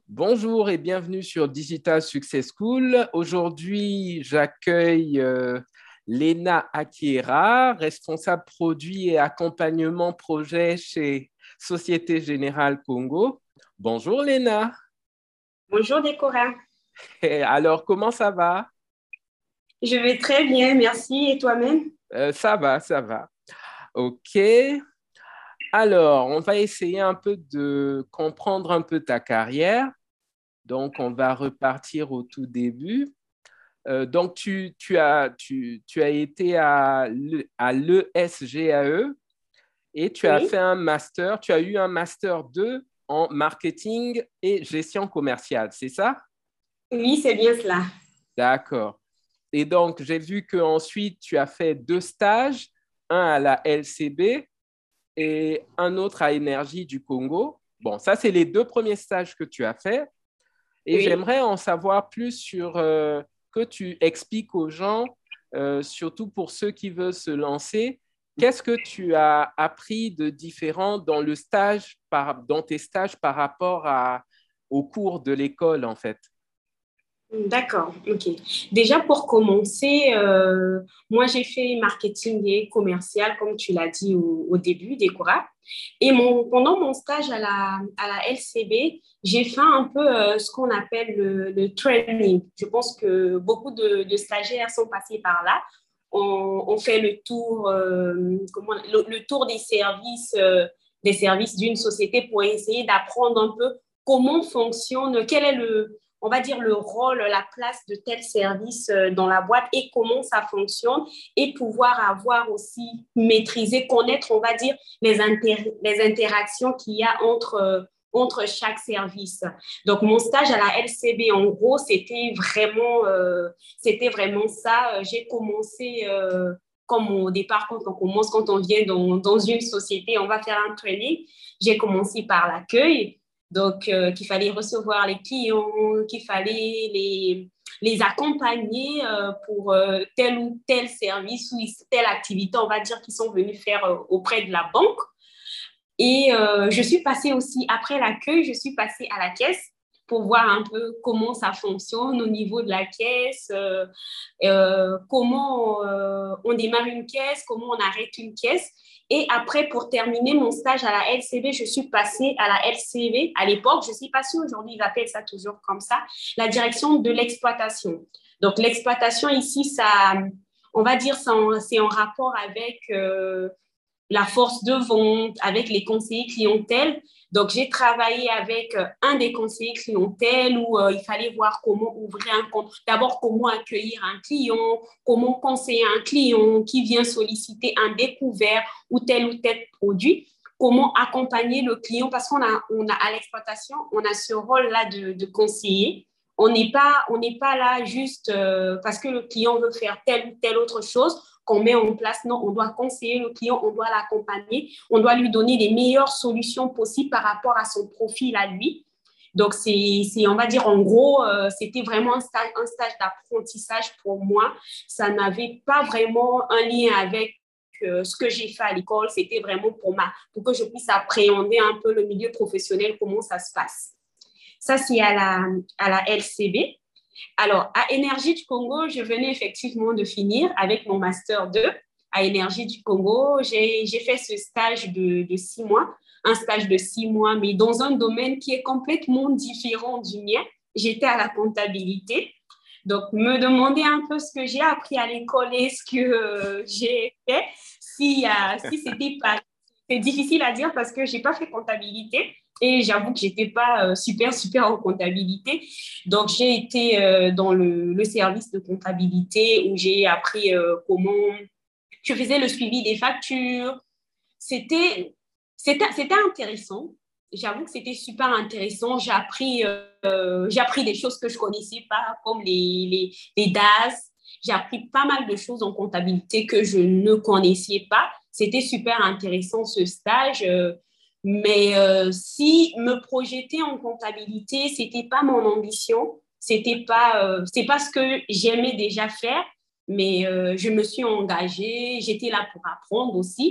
Bonjour et bienvenue sur Digital Success School. Aujourd'hui, j'accueille Lena Akiera, responsable produit et accompagnement projet chez Société Générale Congo. Bonjour Lena. Bonjour Décora. Alors, comment ça va? Je vais très bien, merci. Et toi-même? Ça va, ça va. OK. Alors, on va essayer un peu de comprendre un peu ta carrière. Donc, on va repartir au tout début. Donc, tu as été à l'ESGAE et tu as fait Oui, un master, tu as eu un master 2 en marketing et gestion commerciale, c'est ça? oui, c'est bien cela. D'accord. Et donc, j'ai vu qu'ensuite, tu as fait deux stages, un à la LCB et un autre à Énergie du Congo. Bon, ça, c'est les deux premiers stages que tu as fait. Et Oui. j'aimerais en savoir plus sur que tu expliques aux gens, surtout pour ceux qui veulent se lancer, qu'est-ce que tu as appris de différent dans le stage, dans tes stages par rapport au cours de l'école, en fait? D'accord, ok. Déjà pour commencer, moi j'ai fait marketing et commercial, comme tu l'as dit au début, Décora. Et pendant mon stage à la LCB, j'ai fait un peu ce qu'on appelle le training. Je pense que beaucoup de stagiaires sont passés par là. On fait le tour, le tour des services d'une société pour essayer d'apprendre un peu comment fonctionne, quel est on va dire, le rôle, la place de tel service dans la boîte et comment ça fonctionne et pouvoir avoir aussi maîtrisé, connaître, on va dire, les interactions qu'il y a entre chaque service. Donc, mon stage à la LCB, en gros, c'était vraiment ça. J'ai commencé comme au départ, quand on vient dans une société, on va faire un training. J'ai commencé par l'accueil. Donc, qu'il fallait recevoir les clients, qu'il fallait les accompagner pour tel ou tel service ou telle activité, on va dire, qu'ils sont venus faire auprès de la banque. Et je suis passée aussi, après l'accueil, je suis passée à la caisse pour voir un peu comment ça fonctionne au niveau de la caisse, comment on démarre une caisse, comment on arrête une caisse. Et après, pour terminer mon stage à la LCB, je suis passée à la LCB. À l'époque, je ne sais pas si aujourd'hui ils appellent ça toujours comme ça, la direction de l'exploitation. Donc, l'exploitation ici, ça, on va dire, c'est en rapport avec la force de vente, avec les conseillers clientèle. Donc, j'ai travaillé avec un des conseillers clientèle où il fallait voir comment ouvrir un compte. D'abord, comment accueillir un client, comment conseiller un client qui vient solliciter un découvert ou tel produit, comment accompagner le client parce qu'on a à l'exploitation, on a ce rôle-là de conseiller. On n'est pas là juste parce que le client veut faire telle ou telle autre chose qu'on met en place. Non, on doit conseiller le client, on doit l'accompagner, on doit lui donner les meilleures solutions possibles par rapport à son profil à lui. Donc, on va dire, en gros, c'était vraiment un stage d'apprentissage pour moi. Ça n'avait pas vraiment un lien avec ce que j'ai fait à l'école. C'était vraiment pour que je puisse appréhender un peu le milieu professionnel, comment ça se passe. Ça, c'est à la LCB. Alors, à Énergie du Congo, je venais effectivement de finir avec mon Master 2 à Énergie du Congo. J'ai fait ce stage de 6 mois, un stage de 6 mois, mais dans un domaine qui est complètement différent du mien. J'étais à la comptabilité. Donc, me demander un peu ce que j'ai appris à l'école et ce que j'ai fait, si c'était pas... C'est difficile à dire parce que je n'ai pas fait comptabilité et j'avoue que je n'étais pas super, super en comptabilité. Donc, j'ai été dans le service de comptabilité où j'ai appris comment je faisais le suivi des factures. C'était intéressant. J'avoue que c'était super intéressant. J'ai appris des choses que je ne connaissais pas, comme les DAS. J'ai appris pas mal de choses en comptabilité que je ne connaissais pas. C'était super intéressant ce stage. Mais si me projeter en comptabilité, c'était pas mon ambition, c'est pas ce que j'aimais déjà faire, mais je me suis engagée, j'étais là pour apprendre aussi.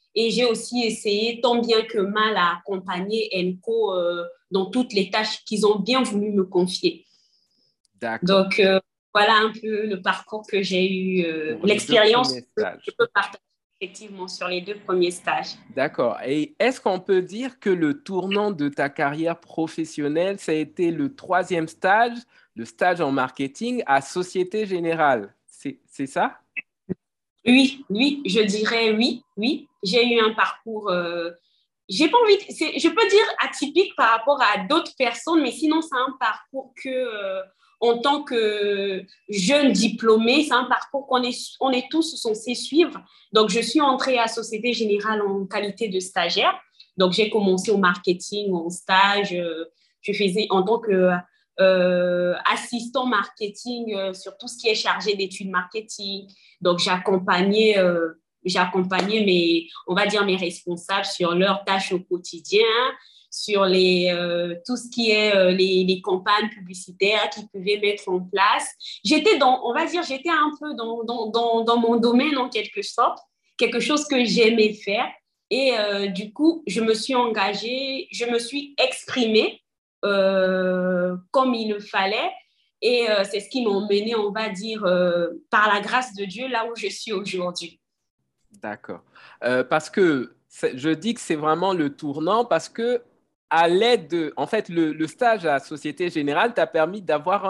Et j'ai aussi essayé tant bien que mal à accompagner Enco dans toutes les tâches qu'ils ont bien voulu me confier. D'accord. Donc, voilà un peu le parcours que j'ai eu, Pour les deux l'expérience premiers que je stages. peux partager effectivement sur les 2 premiers stages. D'accord. Et est-ce qu'on peut dire que le tournant de ta carrière professionnelle, ça a été le troisième stage, le stage en marketing à Société Générale? C'est ça? Oui, oui, je dirais oui, oui. J'ai eu un parcours, j'ai pas envie, je peux dire atypique par rapport à d'autres personnes, mais sinon c'est un parcours que, en tant que jeune diplômé, c'est un parcours on est tous censés suivre. Donc je suis entrée à Société Générale en qualité de stagiaire. Donc j'ai commencé au marketing, en stage, je faisais en tant que assistant marketing sur tout ce qui est chargé d'études marketing. Donc, j'accompagnais on va dire mes responsables sur leurs tâches au quotidien, sur tout ce qui est les campagnes publicitaires qu'ils pouvaient mettre en place. On va dire, j'étais un peu dans mon domaine en quelque sorte, quelque chose que j'aimais faire. Et du coup, je me suis engagée, je me suis exprimée comme il le fallait. Et c'est ce qui m'a emmené, on va dire, par la grâce de Dieu, là où je suis aujourd'hui. D'accord. Parce que je dis que c'est vraiment le tournant parce que à l'aide de, en fait, le stage à Société Générale t'a permis d'avoir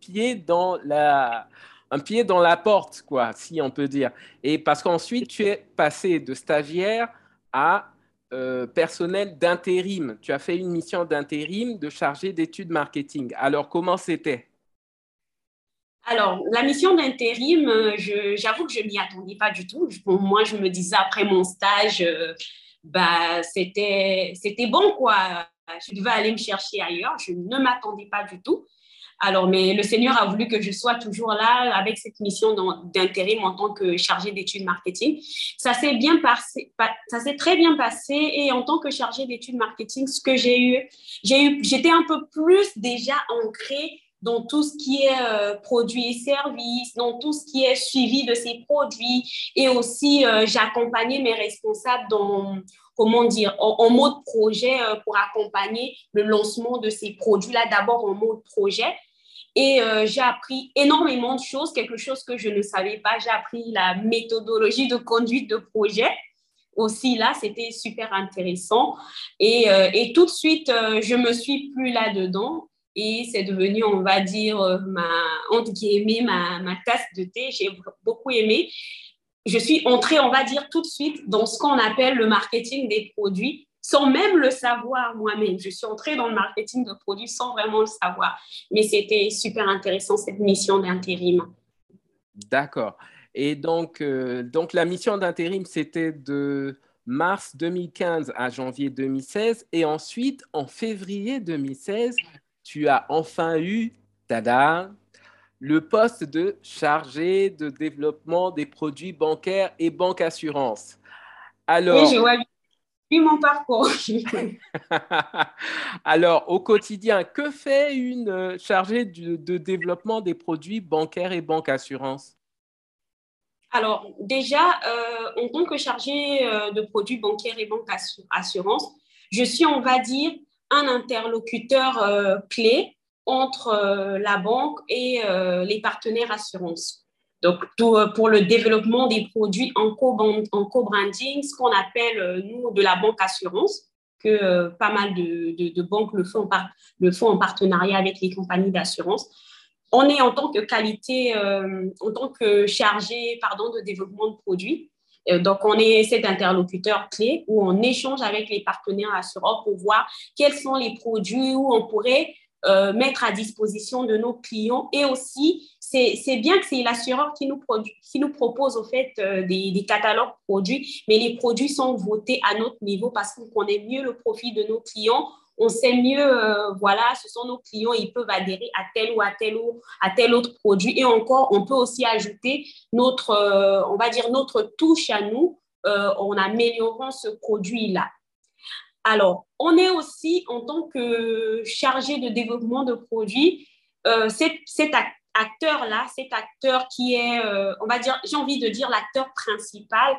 un pied dans la porte, quoi, si on peut dire. Et parce qu'ensuite, tu es passé de stagiaire à personnel d'intérim. Tu as fait une mission d'intérim de chargé d'études marketing. Alors, comment c'était? Alors, la mission d'intérim, j'avoue que je m'y attendais pas du tout. Moi, je me disais après mon stage, bah, c'était bon, quoi. Je devais aller me chercher ailleurs. Je ne m'attendais pas du tout. Alors, mais le Seigneur a voulu que je sois toujours là avec cette mission d'intérim en tant que chargée d'études marketing. Ça s'est bien passé, ça s'est très bien passé. Et en tant que chargée d'études marketing, ce que j'étais un peu plus déjà ancrée dans tout ce qui est produits et services, dans tout ce qui est suivi de ces produits. Et aussi, j'accompagnais mes responsables dans, comment dire, en mode projet pour accompagner le lancement de ces produits-là, d'abord en mode projet. Et j'ai appris énormément de choses, quelque chose que je ne savais pas. J'ai appris la méthodologie de conduite de projet. Aussi, là, c'était super intéressant. Et tout de suite, je me suis plus là-dedans. Et c'est devenu, on va dire, entre guillemets, ma tasse de thé. J'ai beaucoup aimé. Je suis entrée, on va dire, tout de suite dans ce qu'on appelle le marketing des produits, sans même le savoir moi-même. Je suis entrée dans le marketing de produits sans vraiment le savoir. Mais c'était super intéressant, cette mission d'intérim. D'accord. Et donc la mission d'intérim, c'était de mars 2015 à janvier 2016. Et ensuite, en février 2016, tu as enfin eu, tada, le poste de chargé de développement des produits bancaires et banque assurance. Oui, je Alors, vois bien mon parcours. alors, au quotidien, que fait une chargée de développement des produits bancaires et banque assurance? Alors, déjà, en tant que chargée de produits bancaires et banque assurance, je suis, on va dire, un interlocuteur clé entre la banque et les partenaires assurance. Donc, pour le développement des produits en co-branding, ce qu'on appelle, nous, de la banque assurance, que pas mal de banques le font en partenariat avec les compagnies d'assurance. On est en tant que qualité, en tant que chargé, pardon, de développement de produits. Donc, on est cet interlocuteur clé où on échange avec les partenaires assureurs pour voir quels sont les produits où on pourrait mettre à disposition de nos clients. Et aussi, c'est bien que c'est l'assureur qui nous propose au fait des catalogues produits, mais les produits sont votés à notre niveau parce qu'on connaît mieux le profil de nos clients. On sait mieux, voilà, ce sont nos clients, ils peuvent adhérer à tel ou à tel autre produit. Et encore, on peut aussi ajouter notre, on va dire, notre touche à nous en améliorant ce produit-là. Alors, on est aussi, en tant que chargé de développement de produits, cet acteur-là, cet acteur qui est, on va dire, j'ai envie de dire l'acteur principal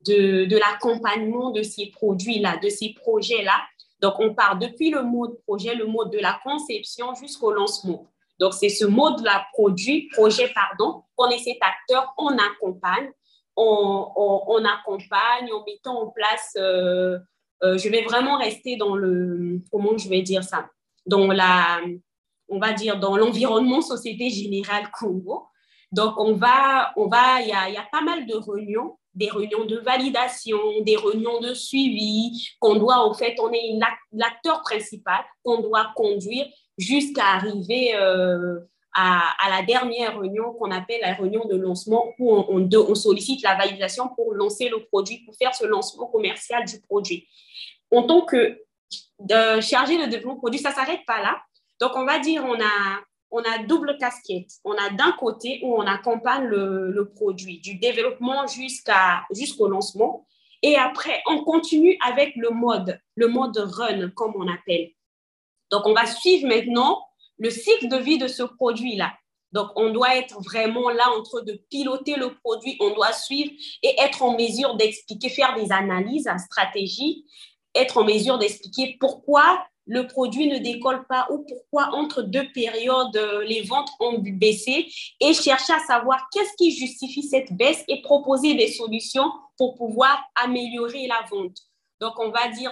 de l'accompagnement de ces produits-là, de ces projets-là. Donc, on part depuis le mode projet, le mode de la conception jusqu'au lancement. Donc, c'est ce mode-là, projet, qu'on est cet acteur, on accompagne, on accompagne en mettant en place, je vais vraiment rester dans comment je vais dire ça, on va dire dans l'environnement Société Générale Congo. Donc, il y a pas mal de réunions, des réunions de validation, des réunions de suivi qu'on doit, au fait, on est l'acteur principal qu'on doit conduire jusqu'à arriver à la dernière réunion qu'on appelle la réunion de lancement où on sollicite la validation pour lancer le produit, pour faire ce lancement commercial du produit. En tant que chargé de développement produit, ça ne s'arrête pas là. Donc, on va dire on a double casquette. On a d'un côté où on accompagne le produit, du développement jusqu'au lancement. Et après, on continue avec le mode run, comme on appelle. Donc, on va suivre maintenant le cycle de vie de ce produit-là. Donc, on doit être vraiment là en train de piloter le produit. On doit suivre et être en mesure d'expliquer, faire des analyses en stratégie, être en mesure d'expliquer pourquoi le produit ne décolle pas ou pourquoi entre deux périodes, les ventes ont baissé et chercher à savoir qu'est-ce qui justifie cette baisse et proposer des solutions pour pouvoir améliorer la vente. Donc, on va dire,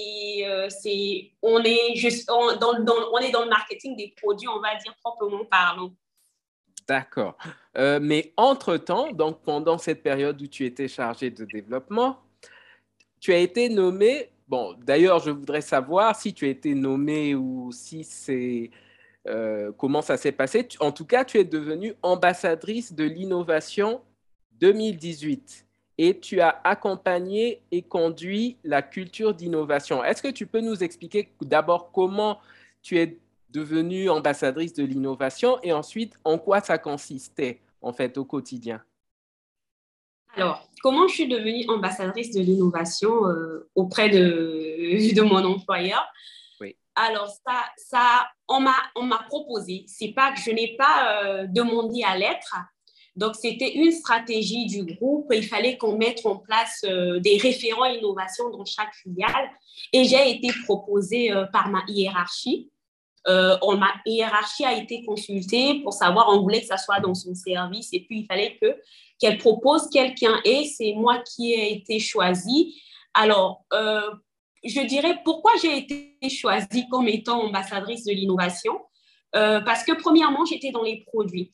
on est dans le marketing des produits, on va dire proprement parlant. D'accord. Mais entre-temps, donc pendant cette période où tu étais chargé de développement, tu as été nommé, bon, d'ailleurs, je voudrais savoir si tu as été nommé ou si c'est, comment ça s'est passé. En tout cas, tu es devenue ambassadrice de l'innovation 2018 et tu as accompagné et conduit la culture d'innovation. Est-ce que tu peux nous expliquer d'abord comment tu es devenue ambassadrice de l'innovation et ensuite en quoi ça consistait en fait au quotidien? Alors, comment je suis devenue ambassadrice de l'innovation auprès de mon employeur? Oui. Alors, on m'a proposé. C'est pas que je n'ai pas demandé à l'être. Donc, c'était une stratégie du groupe. Il fallait qu'on mette en place des référents innovation dans chaque filiale. Et j'ai été proposée par ma hiérarchie. Ma hiérarchie a été consultée pour savoir, on voulait que ça soit dans son service. Et puis, il fallait qu'elle propose quelqu'un. Et c'est moi qui ai été choisie. Alors, je dirais pourquoi j'ai été choisie comme étant ambassadrice de l'innovation. Parce que premièrement, j'étais dans les produits.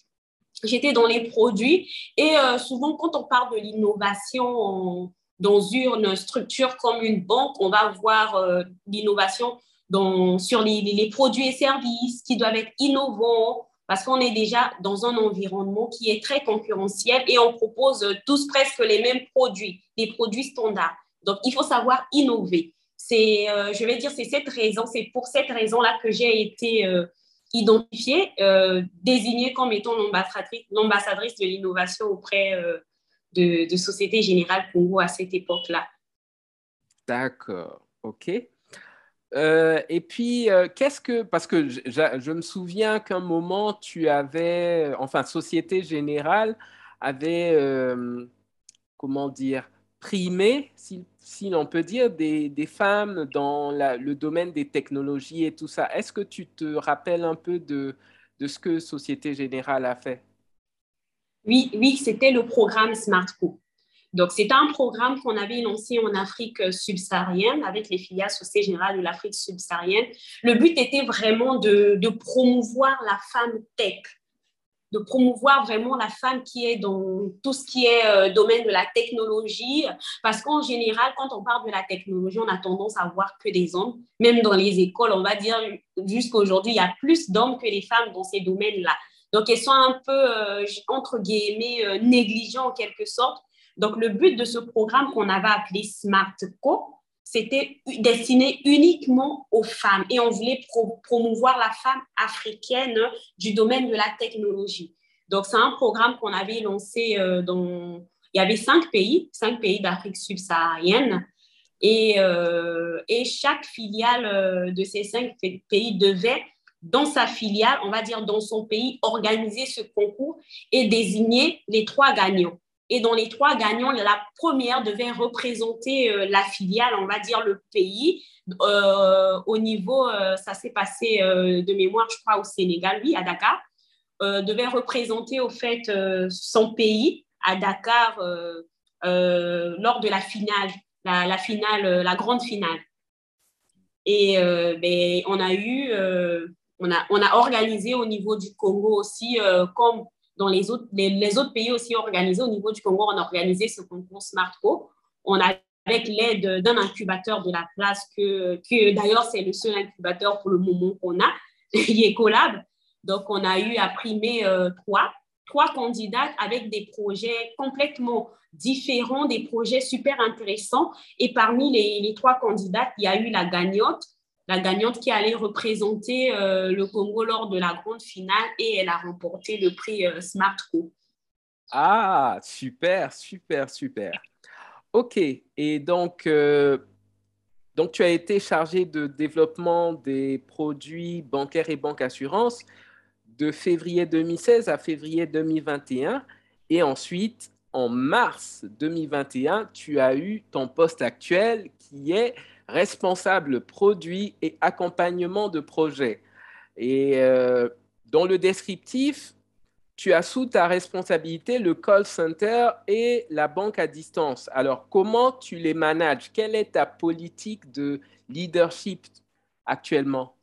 Et souvent, quand on parle de l'innovation dans une structure comme une banque, on va voir l'innovation sur les produits et services qui doivent être innovants parce qu'on est déjà dans un environnement qui est très concurrentiel et on propose tous presque les mêmes produits, des produits standards. Donc, il faut savoir innover. Je vais dire, c'est pour cette raison-là que j'ai été identifiée, désignée comme étant l'ambassadrice de l'innovation auprès de Société Générale Congo à cette époque-là. D'accord, ok. Et puis, parce que je me souviens qu'un moment, tu avais, enfin, Société Générale avait, comment dire, primé, si l'on peut dire, des femmes dans le domaine des technologies et tout ça. Est-ce que tu te rappelles un peu de ce que Société Générale a fait? Oui, c'était le programme SmartCo. Donc, c'était un programme qu'on avait lancé en Afrique subsaharienne avec les filiales Société Générale de l'Afrique subsaharienne. Le but était vraiment de promouvoir la femme tech, de promouvoir vraiment la femme qui est dans tout ce qui est domaine de la technologie. Parce qu'en général, quand on parle de la technologie, on a tendance à voir que des hommes. Même dans les écoles, on va dire jusqu'à aujourd'hui, il y a plus d'hommes que les femmes dans ces domaines-là. Donc, elles sont un peu, entre guillemets, négligents en quelque sorte. Donc, le but de ce programme qu'on avait appelé SmartCo, c'était destiné uniquement aux femmes et on voulait promouvoir la femme africaine du domaine de la technologie. Donc, c'est un programme qu'on avait lancé il y avait 5 pays d'Afrique subsaharienne et chaque filiale de ces 5 pays devait, dans sa filiale, on va dire dans son pays, organiser ce concours et désigner les 3 gagnants. Et dans les 3 gagnants, la première devait représenter la filiale, on va dire le pays. Au niveau, ça s'est passé de mémoire, je crois, au Sénégal, oui, à Dakar. Devait représenter au fait son pays à Dakar lors de la finale, la finale, la grande finale. Et on a organisé au niveau du Congo aussi, comme dans les autres pays aussi organisés au niveau du Congo, on a organisé ce concours SmartCo. On a avec l'aide d'un incubateur de la place que d'ailleurs c'est le seul incubateur pour le moment qu'on a, Ecolab. Donc on a eu à primer trois candidates avec des projets complètement différents, des projets super intéressants. Et parmi les 3 candidates, il y a eu la gagnante qui allait représenter le Congo lors de la grande finale et elle a remporté le prix SmartCo. Ah, super, super, super. OK. Et donc tu as été chargé de développement des produits bancaires et banque assurance de février 2016 à février 2021. Et ensuite, en mars 2021, tu as eu ton poste actuel qui est responsable produit et accompagnement de projet. Et dans le descriptif, tu as sous ta responsabilité le call center et la banque à distance. Alors, comment tu les manages? Quelle est ta politique de leadership actuellement?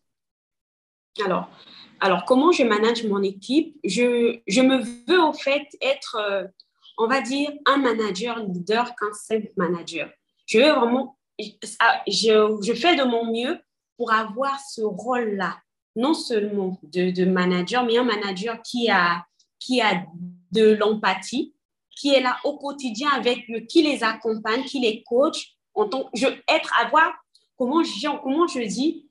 Alors, comment je manage mon équipe? Je me veux au fait être, on va dire, un manager leader qu'un simple manager. Je veux vraiment, je fais de mon mieux pour avoir ce rôle-là, non seulement de manager, mais un manager qui a de l'empathie, qui est là au quotidien avec eux, qui les accompagne, qui les coach. Avoir, comment je dis,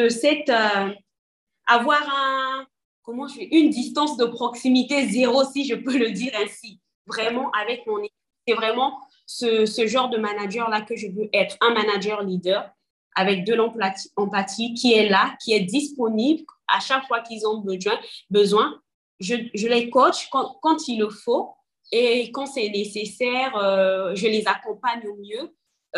avoir une distance de proximité zéro, si je peux le dire ainsi, vraiment avec mon équipe. C'est vraiment ce genre de manager-là que je veux être, un manager leader avec de l'empathie, qui est là, qui est disponible à chaque fois qu'ils ont besoin. Je les coach quand il le faut et quand c'est nécessaire, je les accompagne au mieux.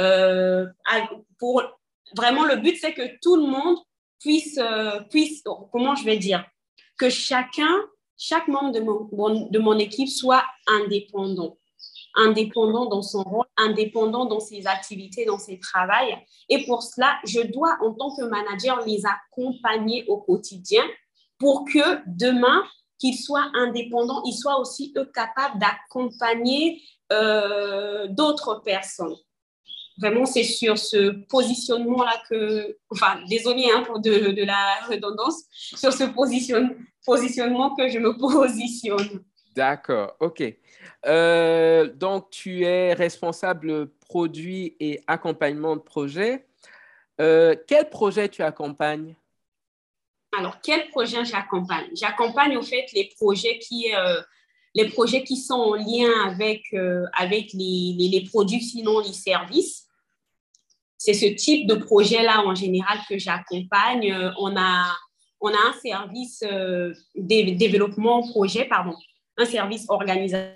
Pour, vraiment, le but, c'est que tout le monde puisse, comment je vais dire, que chaque membre de mon équipe soit indépendant dans son rôle, indépendant dans ses activités, dans ses travails. Et pour cela, je dois, en tant que manager, les accompagner au quotidien pour que demain, qu'ils soient indépendants, ils soient aussi eux capables d'accompagner d'autres personnes. Vraiment, c'est sur ce positionnement-là désolé pour de la redondance, sur ce positionnement que je me positionne. D'accord, OK. Donc, tu es responsable produit et accompagnement de projet. Quel projet tu accompagnes? Alors, quel projet j'accompagne? J'accompagne au fait les projets qui sont en lien avec les produits, sinon les services. C'est ce type de projet-là en général que j'accompagne. On a un service développement projet, pardon, un service organisation.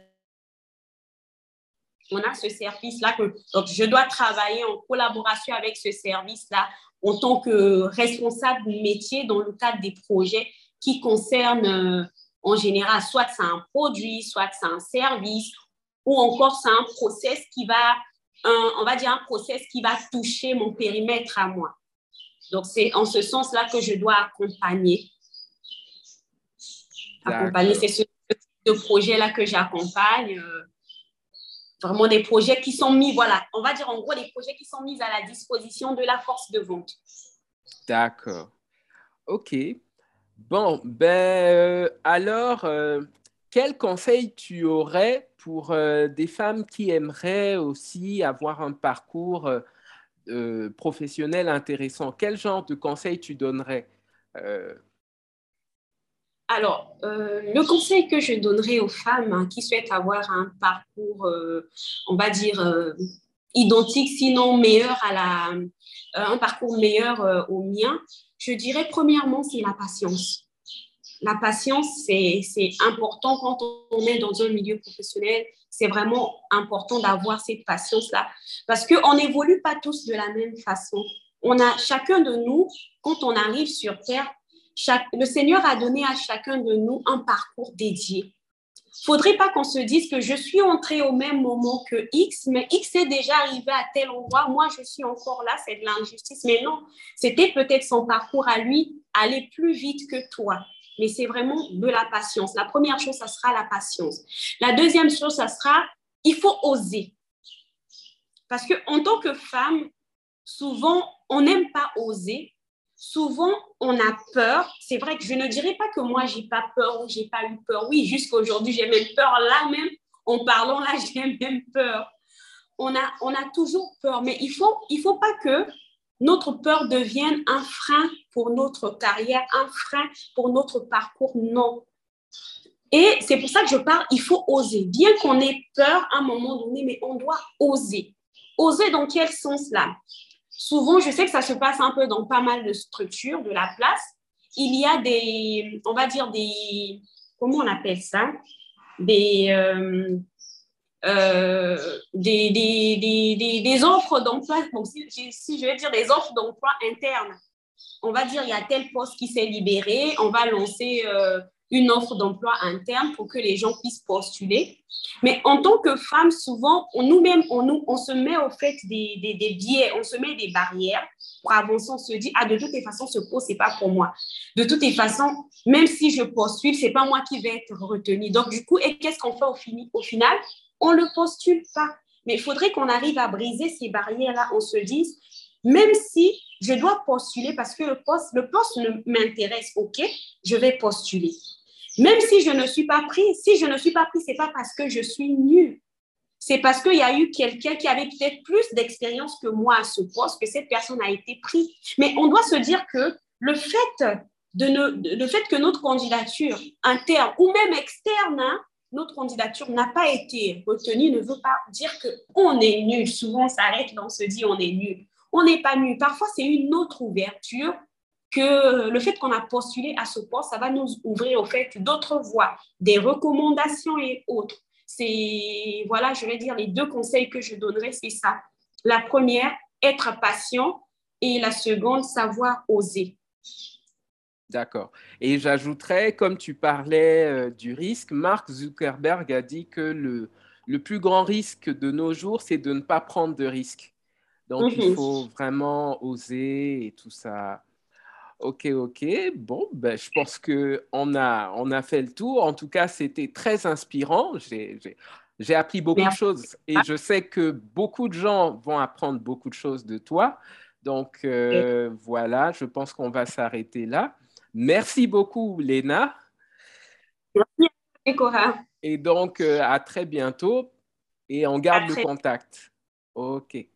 On a ce service-là donc je dois travailler en collaboration avec ce service-là en tant que responsable métier dans le cadre des projets qui concernent en général, soit c'est un produit, soit c'est un service, ou encore c'est un process on va dire un process qui va toucher mon périmètre à moi. Donc, c'est en ce sens-là que je dois accompagner. C'est ce type de projet-là que j'accompagne. Vraiment des projets qui sont mis, voilà, on va dire en gros des projets qui sont mis à la disposition de la force de vente. D'accord. OK. Bon, ben alors, quel conseil tu aurais pour des femmes qui aimeraient aussi avoir un parcours professionnel intéressant? Quel genre de conseil tu donnerais? Alors, le conseil que je donnerais aux femmes qui souhaitent avoir un parcours, on va dire, identique, sinon meilleur un parcours meilleur au mien, je dirais premièrement, c'est la patience. La patience, c'est important quand on est dans un milieu professionnel. C'est vraiment important d'avoir cette patience-là parce qu'on n'évolue pas tous de la même façon. On a chacun de nous, quand on arrive sur Terre, le Seigneur a donné à chacun de nous un parcours dédié. Faudrait pas qu'on se dise que je suis entrée au même moment que X, mais X est déjà arrivé à tel endroit, moi je suis encore là, c'est de l'injustice. Mais non, c'était peut-être son parcours à lui, aller plus vite que toi. Mais c'est vraiment de la patience. La première chose, ça sera la patience. La deuxième chose, ça sera, il faut oser. Parce qu'en tant que femme, souvent, on n'aime pas oser. Souvent, on a peur. C'est vrai que je ne dirais pas que moi, j'ai pas peur ou j'ai pas eu peur. Oui, jusqu'à aujourd'hui, j'ai même peur. Là même, en parlant, là, j'ai même peur. On a toujours peur, mais il faut pas que notre peur devienne un frein pour notre carrière, un frein pour notre parcours. Non. Et c'est pour ça que je parle, il faut oser. Bien qu'on ait peur à un moment donné, mais on doit oser. Oser dans quel sens là? Souvent, je sais que ça se passe un peu dans pas mal de structures de la place. Il y a des, on va dire comment on appelle ça? Des, des offres d'emploi. Donc, si je vais dire des offres d'emploi internes, on va dire il y a tel poste qui s'est libéré, on va lancer une offre d'emploi interne pour que les gens puissent postuler. Mais en tant que femme, souvent, nous-mêmes, on se met au fait des biais, on se met des barrières pour avancer. On se dit, ah, de toutes les façons, ce poste, c'est pas pour moi. De toutes les façons, même si je postule, c'est pas moi qui vais être retenue. Donc, du coup, et qu'est-ce qu'on fait au final? On le postule pas. Mais il faudrait qu'on arrive à briser ces barrières-là. On se dise, même si je dois postuler parce que le poste m'intéresse, ok, je vais postuler. Même si je ne suis pas prise, si je ne suis pas prise, ce n'est pas parce que je suis nulle. C'est parce qu'il y a eu quelqu'un qui avait peut-être plus d'expérience que moi à ce poste, que cette personne a été prise. Mais on doit se dire que le fait que notre candidature interne ou même externe, hein, notre candidature n'a pas été retenue ne veut pas dire qu'on est nul. Souvent, on s'arrête là, on se dit on est nul. On n'est pas nul. Parfois, c'est une autre ouverture que le fait qu'on a postulé à ce poste, ça va nous ouvrir au fait d'autres voies, des recommandations et autres. C'est, voilà, je vais dire, les deux conseils que je donnerais, c'est ça. La première, être patient et la seconde, savoir oser. D'accord. Et j'ajouterais, comme tu parlais du risque, Mark Zuckerberg a dit que le plus grand risque de nos jours, c'est de ne pas prendre de risques. Donc, il faut vraiment oser et tout ça. Ok, ok. Bon, ben, je pense qu'on a fait le tour. En tout cas, c'était très inspirant. J'ai appris beaucoup de choses et je sais que beaucoup de gens vont apprendre beaucoup de choses de toi. Donc, voilà, je pense qu'on va s'arrêter là. Merci beaucoup, Léna. Merci, Cora. Et donc, à très bientôt et on garde le contact. OK.